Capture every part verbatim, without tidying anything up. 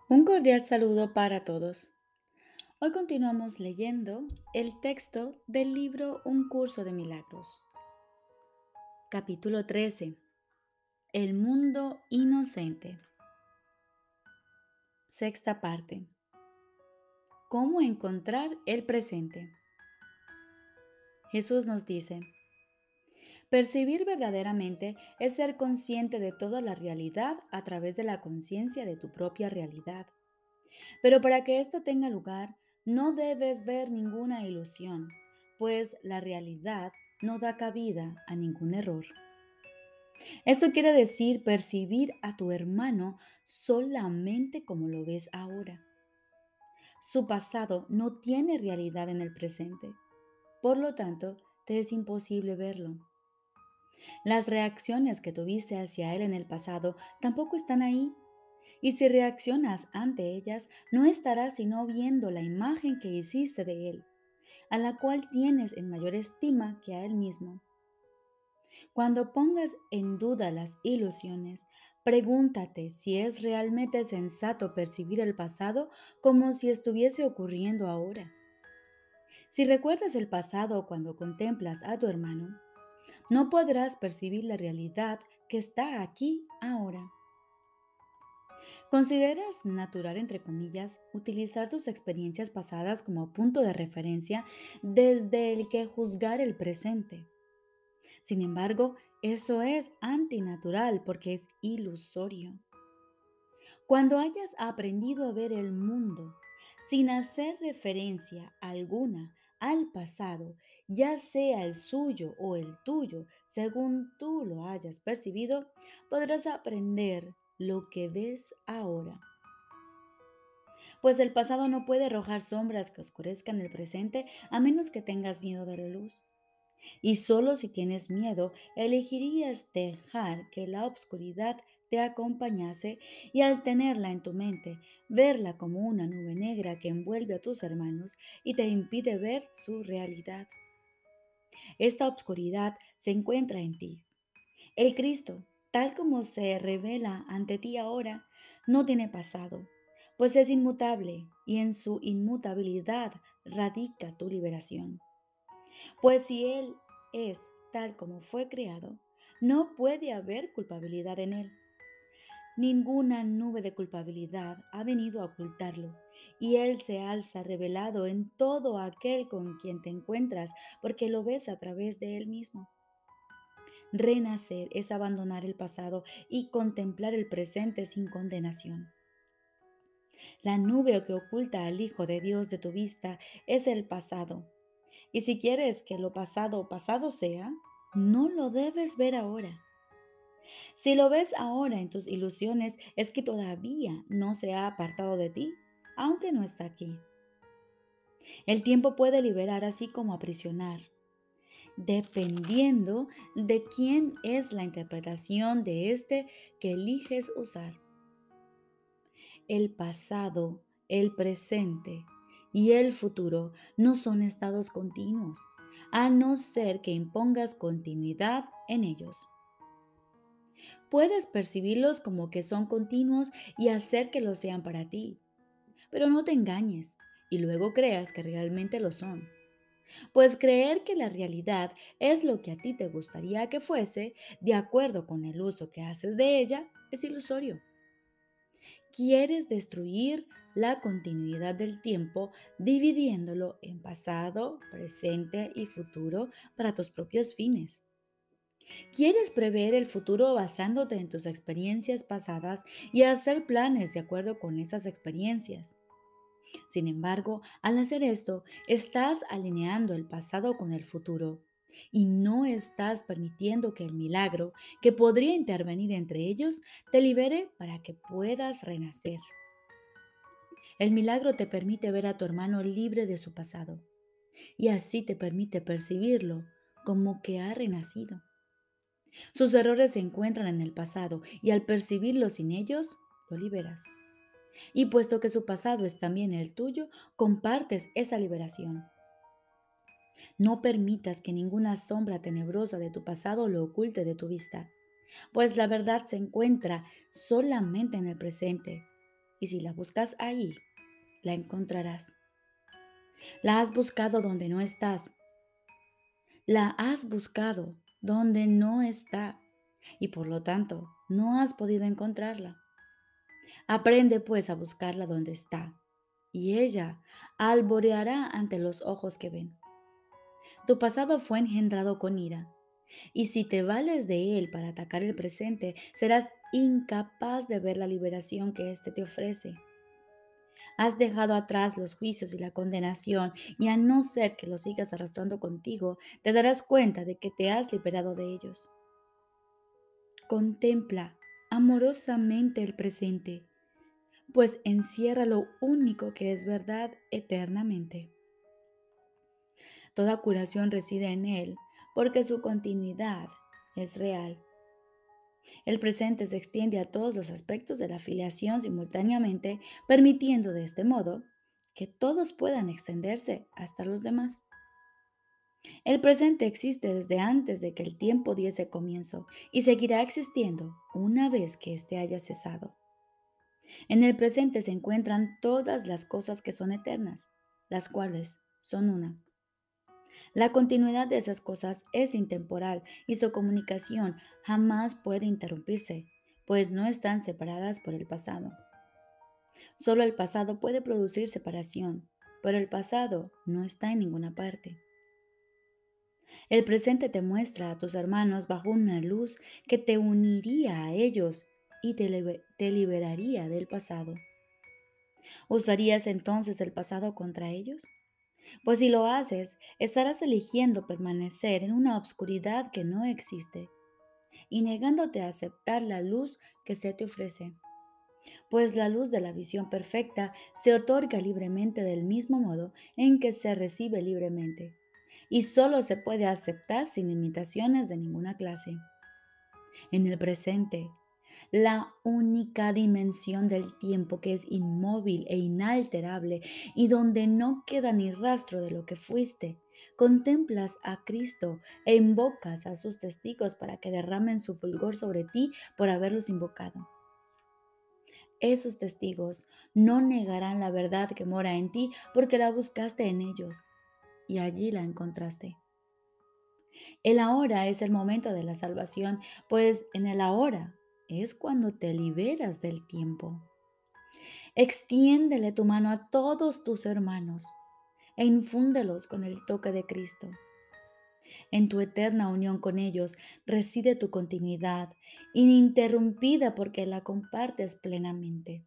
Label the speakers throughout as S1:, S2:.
S1: Un cordial saludo para todos. Hoy continuamos leyendo el texto del libro Un curso de milagros. Capítulo trece. El mundo inocente. Sexta parte. ¿Cómo encontrar el presente? Jesús nos dice, percibir verdaderamente es ser consciente de toda la realidad a través de la conciencia de tu propia realidad. Pero para que esto tenga lugar, no debes ver ninguna ilusión, pues la realidad no da cabida a ningún error. Eso quiere decir percibir a tu hermano solamente como lo ves ahora. Su pasado no tiene realidad en el presente, por lo tanto, te es imposible verlo. Las reacciones que tuviste hacia él en el pasado tampoco están ahí. Y si reaccionas ante ellas, no estarás sino viendo la imagen que hiciste de él, a la cual tienes en mayor estima que a él mismo. Cuando pongas en duda las ilusiones, pregúntate si es realmente sensato percibir el pasado como si estuviese ocurriendo ahora. Si recuerdas el pasado cuando contemplas a tu hermano, no podrás percibir la realidad que está aquí ahora. ¿Consideras natural, entre comillas, utilizar tus experiencias pasadas como punto de referencia desde el que juzgar el presente? Sin embargo, eso es antinatural porque es ilusorio. Cuando hayas aprendido a ver el mundo sin hacer referencia alguna al pasado, ya sea el suyo o el tuyo, según tú lo hayas percibido, podrás aprender lo que ves ahora. Pues el pasado no puede arrojar sombras que oscurezcan el presente a menos que tengas miedo de la luz. Y solo si tienes miedo, elegirías dejar que la oscuridad te acompañase y al tenerla en tu mente, verla como una nube negra que envuelve a tus hermanos y te impide ver su realidad. Esta oscuridad se encuentra en ti. El Cristo, tal como se revela ante ti ahora, no tiene pasado, pues es inmutable y en su inmutabilidad radica tu liberación. Pues si Él es tal como fue creado, no puede haber culpabilidad en Él. Ninguna nube de culpabilidad ha venido a ocultarlo, y Él se alza revelado en todo aquel con quien te encuentras, porque lo ves a través de Él mismo. Renacer es abandonar el pasado y contemplar el presente sin condenación. La nube que oculta al Hijo de Dios de tu vista es el pasado. Y si quieres que lo pasado pasado sea, no lo debes ver ahora. Si lo ves ahora en tus ilusiones, es que todavía no se ha apartado de ti, aunque no está aquí. El tiempo puede liberar así como aprisionar, dependiendo de quién es la interpretación de este que eliges usar. El pasado, el presente y el futuro no son estados continuos, a no ser que impongas continuidad en ellos. Puedes percibirlos como que son continuos y hacer que lo sean para ti, pero no te engañes y luego creas que realmente lo son. Pues creer que la realidad es lo que a ti te gustaría que fuese, de acuerdo con el uso que haces de ella, es ilusorio. Quieres destruir la continuidad del tiempo dividiéndolo en pasado, presente y futuro para tus propios fines. Quieres prever el futuro basándote en tus experiencias pasadas y hacer planes de acuerdo con esas experiencias. Sin embargo, al hacer esto, estás alineando el pasado con el futuro y no estás permitiendo que el milagro que podría intervenir entre ellos te libere para que puedas renacer. El milagro te permite ver a tu hermano libre de su pasado y así te permite percibirlo como que ha renacido. Sus errores se encuentran en el pasado y al percibirlos sin ellos, lo liberas. Y puesto que su pasado es también el tuyo, compartes esa liberación. No permitas que ninguna sombra tenebrosa de tu pasado lo oculte de tu vista, pues la verdad se encuentra solamente en el presente. y si la buscas ahí, la encontrarás. La has buscado donde no estás, la has buscado donde no está y por lo tanto no has podido encontrarla. Aprende pues a buscarla donde está y ella alboreará ante los ojos que ven. Tu pasado fue engendrado con ira y si te vales de él para atacar el presente, serás incapaz de ver la liberación que éste te ofrece. Has dejado atrás los juicios y la condenación y a no ser que los sigas arrastrando contigo, te darás cuenta de que te has liberado de ellos. Contempla amorosamente el presente, pues encierra lo único que es verdad eternamente. Toda curación reside en él, porque su continuidad es real. El presente se extiende a todos los aspectos de la filiación simultáneamente, permitiendo de este modo que todos puedan extenderse hasta los demás. El presente existe desde antes de que el tiempo diese comienzo y seguirá existiendo una vez que éste haya cesado. En el presente se encuentran todas las cosas que son eternas, las cuales son una. La continuidad de esas cosas es intemporal y su comunicación jamás puede interrumpirse, pues no están separadas por el pasado. Solo el pasado puede producir separación, pero el pasado no está en ninguna parte. El presente te muestra a tus hermanos bajo una luz que te uniría a ellos y te, libe- te liberaría del pasado. ¿Usarías entonces el pasado contra ellos? Pues si lo haces, estarás eligiendo permanecer en una obscuridad que no existe y negándote a aceptar la luz que se te ofrece. Pues la luz de la visión perfecta se otorga libremente del mismo modo en que se recibe libremente y solo se puede aceptar sin limitaciones de ninguna clase. En el presente, la única dimensión del tiempo que es inmóvil e inalterable y donde no queda ni rastro de lo que fuiste. Contemplas a Cristo e invocas a sus testigos para que derramen su fulgor sobre ti por haberlos invocado. Esos testigos no negarán la verdad que mora en ti porque la buscaste en ellos y allí la encontraste. El ahora es el momento de la salvación, pues en el ahora es cuando te liberas del tiempo. Extiéndele tu mano a todos tus hermanos e infúndelos con el toque de Cristo. En tu eterna unión con ellos reside tu continuidad, ininterrumpida porque la compartes plenamente.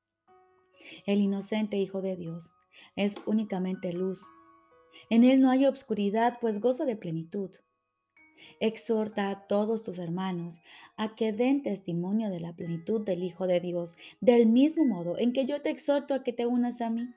S1: El inocente Hijo de Dios es únicamente luz. En él no hay obscuridad, pues goza de plenitud. Exhorta a todos tus hermanos a que den testimonio de la plenitud del Hijo de Dios, del mismo modo en que yo te exhorto a que te unas a mí.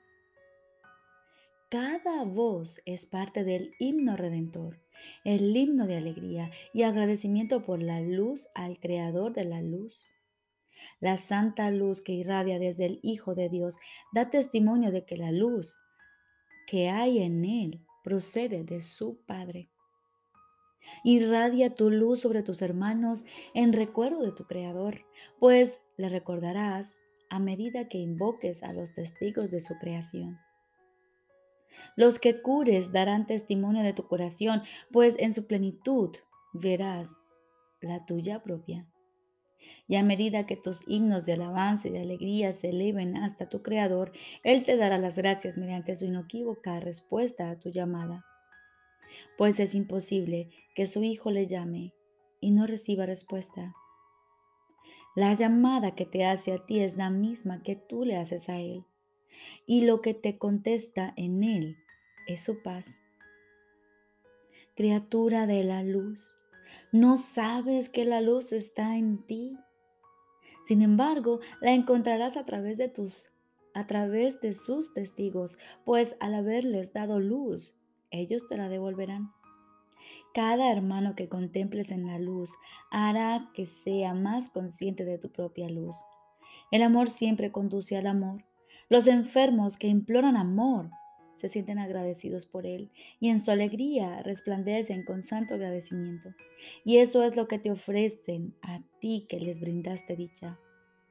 S1: Cada voz es parte del himno redentor, el himno de alegría y agradecimiento por la luz al Creador de la luz. La santa luz que irradia desde el Hijo de Dios da testimonio de que la luz que hay en él procede de su Padre. Irradia tu luz sobre tus hermanos en recuerdo de tu Creador, pues le recordarás a medida que invoques a los testigos de su creación. Los que cures darán testimonio de tu curación, pues en su plenitud verás la tuya propia. Y a medida que tus himnos de alabanza y de alegría se eleven hasta tu Creador, Él te dará las gracias mediante su inequívoca respuesta a tu llamada. Pues es imposible que su Hijo le llame y no reciba respuesta. La llamada que te hace a ti es la misma que tú le haces a Él, y lo que te contesta en Él es su paz. Criatura de la luz, ¿no sabes que la luz está en ti? Sin embargo, la encontrarás a través de tus, a través de sus testigos, pues al haberles dado luz, ellos te la devolverán. Cada hermano que contemples en la luz hará que sea más consciente de tu propia luz. El amor siempre conduce al amor. Los enfermos que imploran amor se sienten agradecidos por él y en su alegría resplandecen con santo agradecimiento. Y eso es lo que te ofrecen a ti que les brindaste dicha.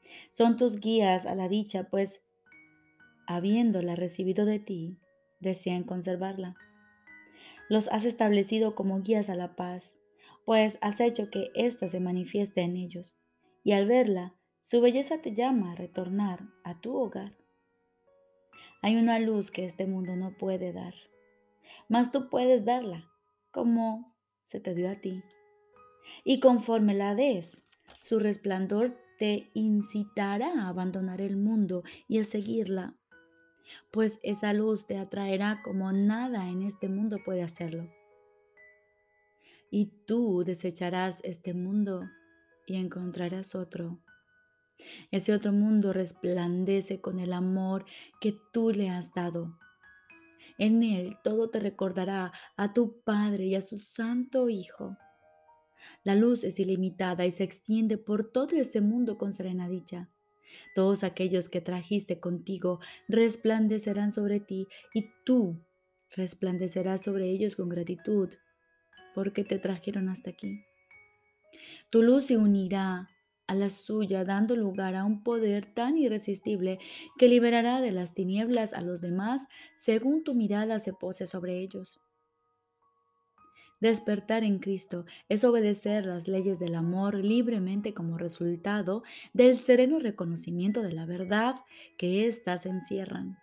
S1: Son tus guías a la dicha, pues habiéndola recibido de ti, desean conservarla. Los has establecido como guías a la paz, pues has hecho que ésta se manifieste en ellos, y al verla, su belleza te llama a retornar a tu hogar. Hay una luz que este mundo no puede dar, mas tú puedes darla, como se te dio a ti. Y conforme la des, su resplandor te incitará a abandonar el mundo y a seguirla, pues esa luz te atraerá como nada en este mundo puede hacerlo. Y tú desecharás este mundo y encontrarás otro. Ese otro mundo resplandece con el amor que tú le has dado. En él todo te recordará a tu Padre y a su Santo Hijo. La luz es ilimitada y se extiende por todo ese mundo con serena dicha. Todos aquellos que trajiste contigo resplandecerán sobre ti y tú resplandecerás sobre ellos con gratitud porque te trajeron hasta aquí. Tu luz se unirá a la suya, dando lugar a un poder tan irresistible que liberará de las tinieblas a los demás según tu mirada se pose sobre ellos. Despertar en Cristo es obedecer las leyes del amor libremente como resultado del sereno reconocimiento de la verdad que éstas encierran.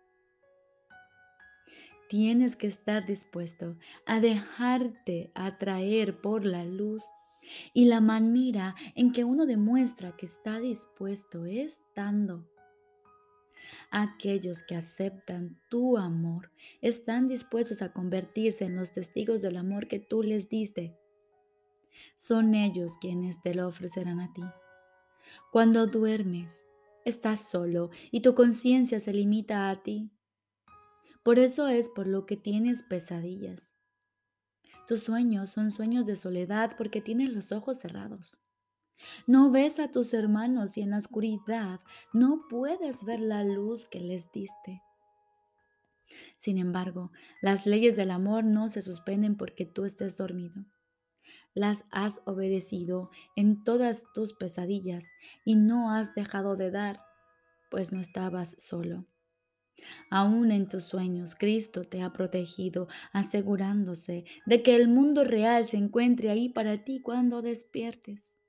S1: Tienes que estar dispuesto a dejarte atraer por la luz y la manera en que uno demuestra que está dispuesto es dando. Aquellos que aceptan tu amor están dispuestos a convertirse en los testigos del amor que tú les diste. Son ellos quienes te lo ofrecerán a ti. Cuando duermes, estás solo y tu conciencia se limita a ti. Por eso es por lo que tienes pesadillas. Tus sueños son sueños de soledad porque tienes los ojos cerrados. No ves a tus hermanos y en la oscuridad no puedes ver la luz que les diste. Sin embargo, las leyes del amor no se suspenden porque tú estés dormido. Las has obedecido en todas tus pesadillas y no has dejado de dar, pues no estabas solo. Aún en tus sueños, Cristo te ha protegido, asegurándose de que el mundo real se encuentre ahí para ti cuando despiertes.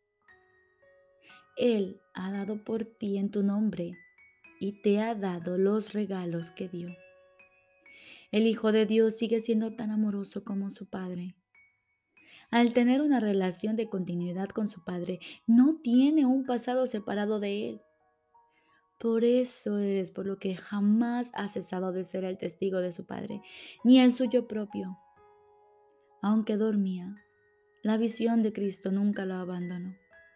S1: Él ha dado por ti en tu nombre y te ha dado los regalos que dio. El Hijo de Dios sigue siendo tan amoroso como su Padre. Al tener una relación de continuidad con su Padre, no tiene un pasado separado de Él. Por eso es por lo que jamás ha cesado de ser el testigo de su Padre, ni el suyo propio. Aunque dormía, la visión de Cristo nunca lo abandonó.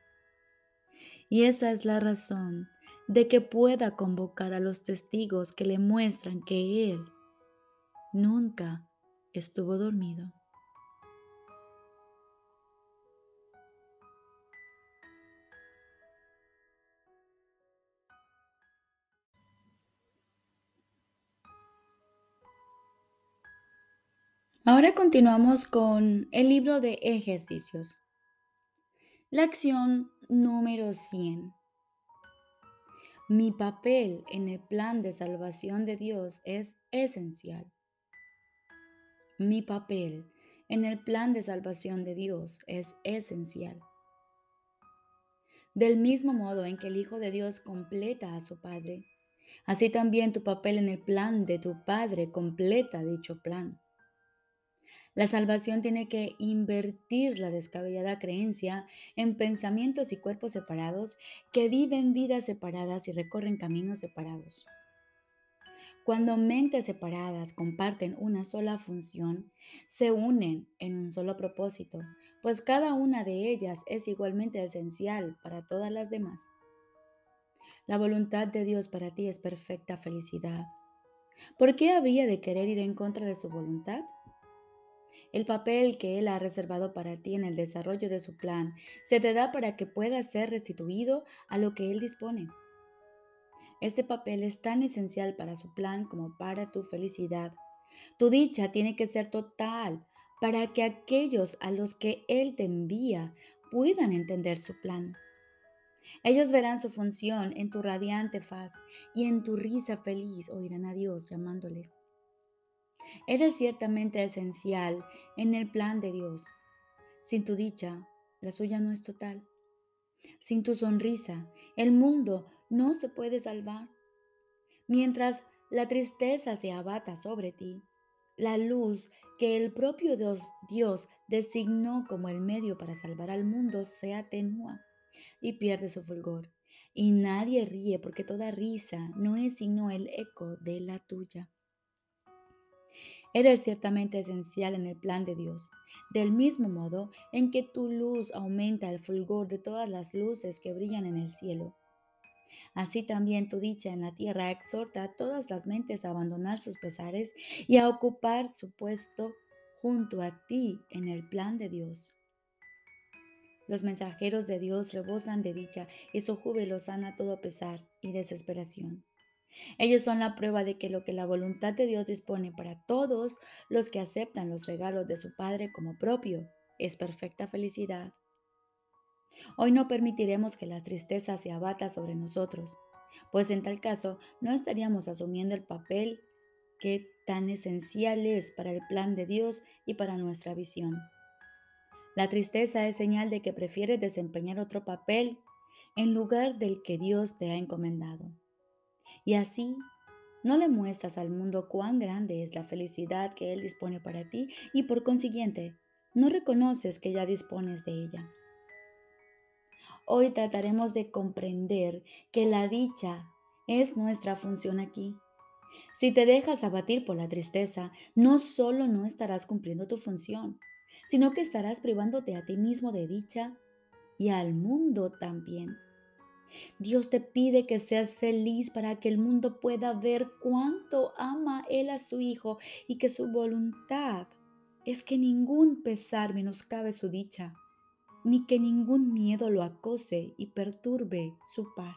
S1: Y esa es la razón de que pueda convocar a los testigos que le muestran que Él nunca estuvo dormido. Ahora continuamos con el libro de ejercicios. La acción número cien. Mi papel en el plan de salvación de Dios es esencial. Mi papel en el plan de salvación de Dios es esencial. Del mismo modo en que el Hijo de Dios completa a su Padre, así también tu papel en el plan de tu Padre completa dicho plan. La salvación tiene que invertir la descabellada creencia en pensamientos y cuerpos separados que viven vidas separadas y recorren caminos separados. Cuando mentes separadas comparten una sola función, se unen en un solo propósito, pues cada una de ellas es igualmente esencial para todas las demás. La voluntad de Dios para ti es perfecta felicidad. ¿Por qué habría de querer ir en contra de su voluntad? El papel que Él ha reservado para ti en el desarrollo de su plan se te da para que puedas ser restituido a lo que Él dispone. Este papel es tan esencial para su plan como para tu felicidad. Tu dicha tiene que ser total para que aquellos a los que Él te envía puedan entender su plan. Ellos verán su función en tu radiante faz y en tu risa feliz oirán a Dios llamándoles. Eres ciertamente esencial en el plan de Dios. Sin tu dicha, la suya no es total. Sin tu sonrisa, el mundo no se puede salvar. Mientras la tristeza se abata sobre ti, la luz que el propio Dios, Dios designó como el medio para salvar al mundo se atenúa y pierde su fulgor. Y nadie ríe porque toda risa no es sino el eco de la tuya. Eres ciertamente esencial en el plan de Dios, del mismo modo en que tu luz aumenta el fulgor de todas las luces que brillan en el cielo. Así también tu dicha en la tierra exhorta a todas las mentes a abandonar sus pesares y a ocupar su puesto junto a ti en el plan de Dios. Los mensajeros de Dios rebosan de dicha y su júbilo sana todo pesar y desesperación. Ellos son la prueba de que lo que la voluntad de Dios dispone para todos los que aceptan los regalos de su Padre como propio es perfecta felicidad. Hoy no permitiremos que la tristeza se abata sobre nosotros, pues en tal caso no estaríamos asumiendo el papel que tan esencial es para el plan de Dios y para nuestra visión. La tristeza es señal de que prefieres desempeñar otro papel en lugar del que Dios te ha encomendado. Y así no le muestras al mundo cuán grande es la felicidad que Él dispone para ti y por consiguiente no reconoces que ya dispones de ella. Hoy trataremos de comprender que la dicha es nuestra función aquí. Si te dejas abatir por la tristeza, no solo no estarás cumpliendo tu función, sino que estarás privándote a ti mismo de dicha y al mundo también. Dios te pide que seas feliz para que el mundo pueda ver cuánto ama Él a su Hijo y que su voluntad es que ningún pesar menoscabe su dicha, ni que ningún miedo lo acose y perturbe su paz.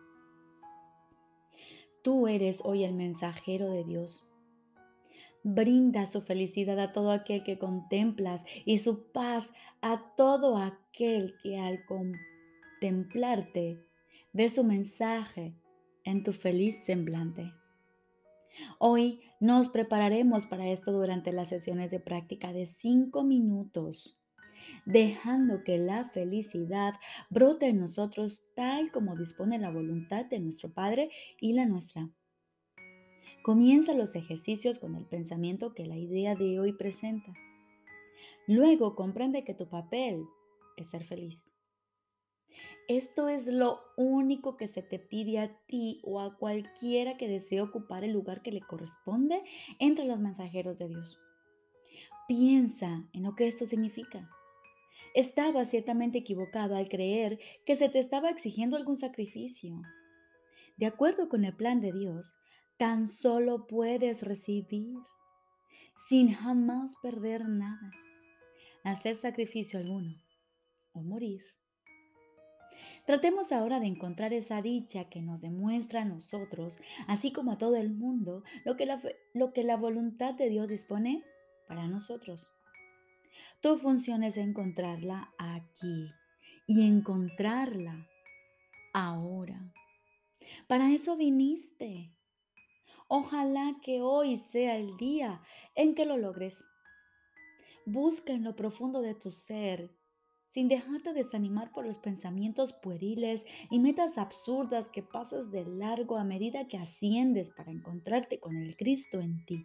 S1: Tú eres hoy el mensajero de Dios. Brinda su felicidad a todo aquel que contemplas y su paz a todo aquel que al contemplarte ve su mensaje en tu feliz semblante. Hoy nos prepararemos para esto durante las sesiones de práctica de cinco minutos, dejando que la felicidad brote en nosotros tal como dispone la voluntad de nuestro Padre y la nuestra. Comienza los ejercicios con el pensamiento que la idea de hoy presenta. Luego comprende que tu papel es ser feliz. Esto es lo único que se te pide a ti o a cualquiera que desee ocupar el lugar que le corresponde entre los mensajeros de Dios. Piensa en lo que esto significa. Estaba ciertamente equivocado al creer que se te estaba exigiendo algún sacrificio. De acuerdo con el plan de Dios, tan solo puedes recibir sin jamás perder nada, hacer sacrificio alguno o morir. Tratemos ahora de encontrar esa dicha que nos demuestra a nosotros, así como a todo el mundo, lo que la, fe- lo que la voluntad de Dios dispone para nosotros. Tu función es encontrarla aquí y encontrarla ahora. Para eso viniste. Ojalá que hoy sea el día en que lo logres. Busca en lo profundo de tu ser, sin dejarte desanimar por los pensamientos pueriles y metas absurdas que pasas de largo a medida que asciendes para encontrarte con el Cristo en ti.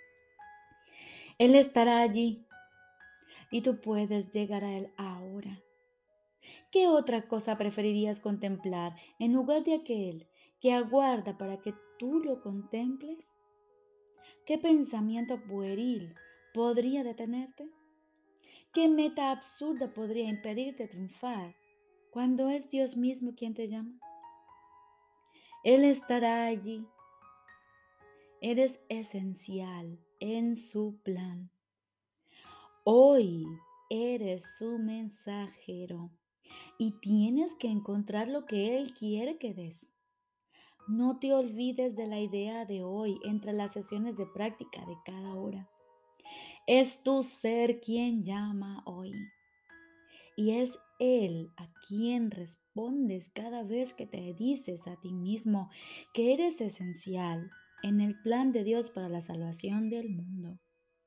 S1: Él estará allí y tú puedes llegar a Él ahora. ¿Qué otra cosa preferirías contemplar en lugar de aquel que aguarda para que tú lo contemples? ¿Qué pensamiento pueril podría detenerte? ¿Qué meta absurda podría impedirte triunfar cuando es Dios mismo quien te llama? Él estará allí. Eres esencial en su plan. Hoy eres su mensajero y tienes que encontrar lo que Él quiere que des. No te olvides de la idea de hoy entre las sesiones de práctica de cada hora. Es tu ser quien llama hoy. y es Él a quien respondes cada vez que te dices a ti mismo que eres esencial en el plan de Dios para la salvación del mundo.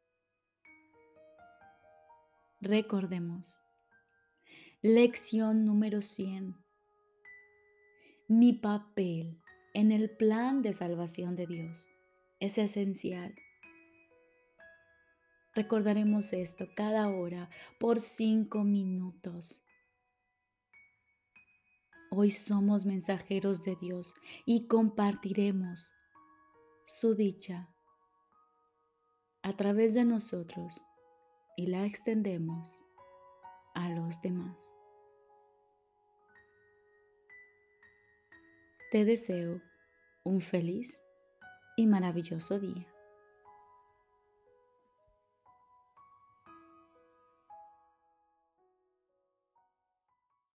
S1: Recordemos, lección número cien. Mi papel en el plan de salvación de Dios es esencial. Recordaremos esto cada hora por cinco minutos. Hoy somos mensajeros de Dios y compartiremos su dicha a través de nosotros y la extendemos a los demás. Te deseo un feliz y maravilloso día.